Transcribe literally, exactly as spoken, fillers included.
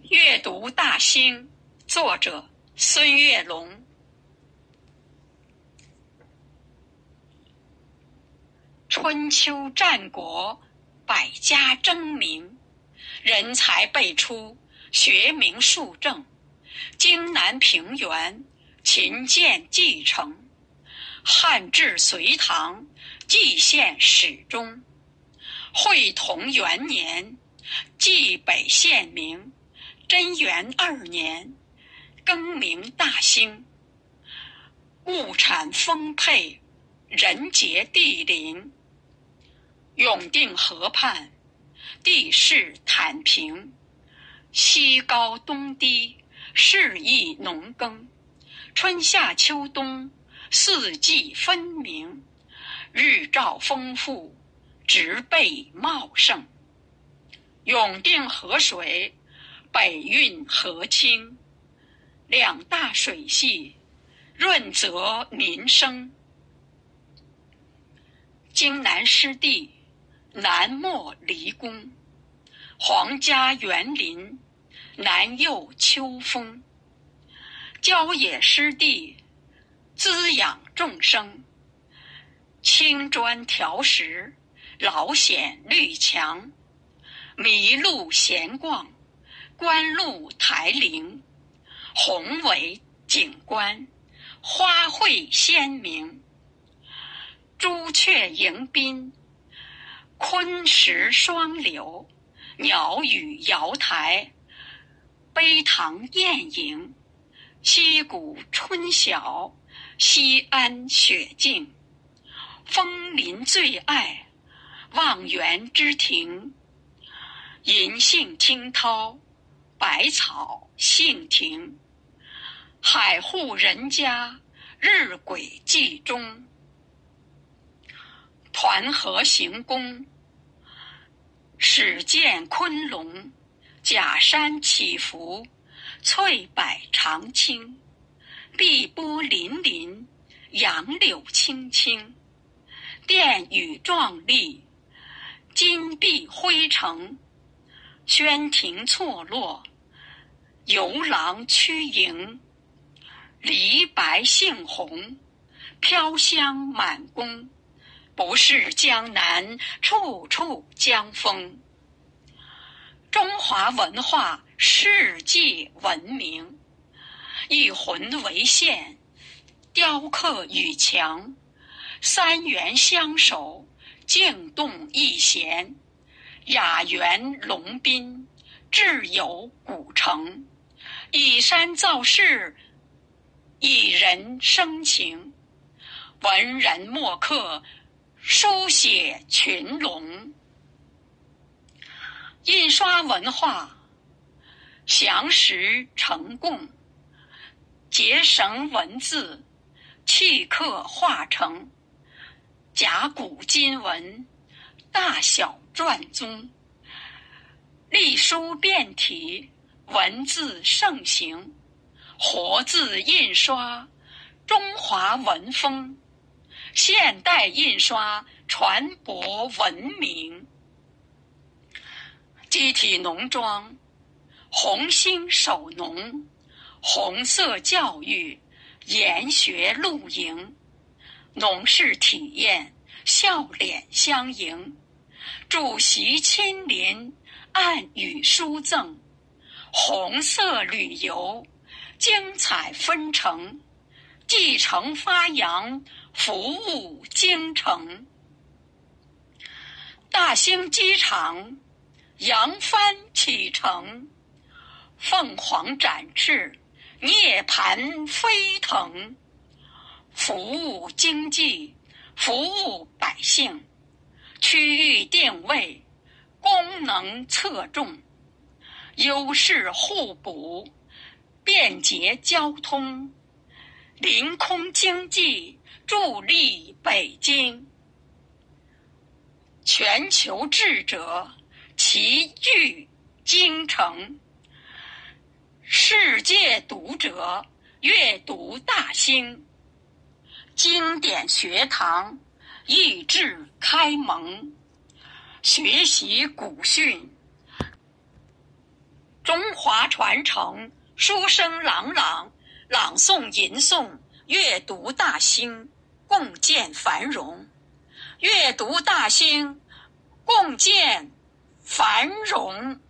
阅读大兴，作者孙月龙。春秋战国，百家争鸣，人才辈出，学名树正。荆南平原，秦建继承；汉至隋唐，蓟县始终。会同元年，蓟北县名；贞元二年，更名大兴。物产丰沛，人杰地灵。永定河畔，地势坦平，西高东低，适宜农耕。春夏秋冬，四季分明，日照丰富，植被茂盛。永定河水北运河清，两大水系，润泽民生。荆南湿地，南没离宫；皇家园林，南佑秋风。郊野湿地，滋养众生。青砖条石，老显绿墙。麋鹿闲逛，观鹿台陵。宏伟景观，花卉鲜明。朱雀迎宾，昆石双流，鸟语瑶台。碑堂宴迎，溪谷春晓，西安雪静。枫林最爱，望园之庭。银杏听涛，百草杏庭。海户人家，日晷记中。团河行宫，始见昆龙。假山起伏，翠柏长青。碧波粼粼，杨柳青青。殿宇壮丽，金碧辉城。轩庭错落，游廊曲营。梨白杏红，飘香满宫。不是江南，处处江风。中华文化世界闻名，一魂为线，雕刻语墙。三元相守，静动一弦。雅园龙宾，志有古城。以山造势，以人生情。文人墨客，书写群龙。印刷文化，详实成供。结绳文字，契刻化成。甲骨金文，大小篆宗。隶书变体，文字盛行。活字印刷，中华文风。现代印刷，传播文明。机体农庄，红星守农。红色教育，研学露营。农事体验，笑脸相迎。主席亲临，暗语书赠。红色旅游，精彩纷呈。继承发扬，服务京城。大兴机场，扬帆启程。凤凰展翅，涅槃飞腾。服务经济，服务百姓。区域定位，功能侧重。优势互补，便捷交通。临空经济，助力北京。全球智者，齐聚京城。世界读者，阅读大兴。经典学堂，益智开蒙。学习古训， 中华传承，书声朗朗，朗诵吟诵，阅读大兴，共建繁荣。阅读大兴，共建繁荣。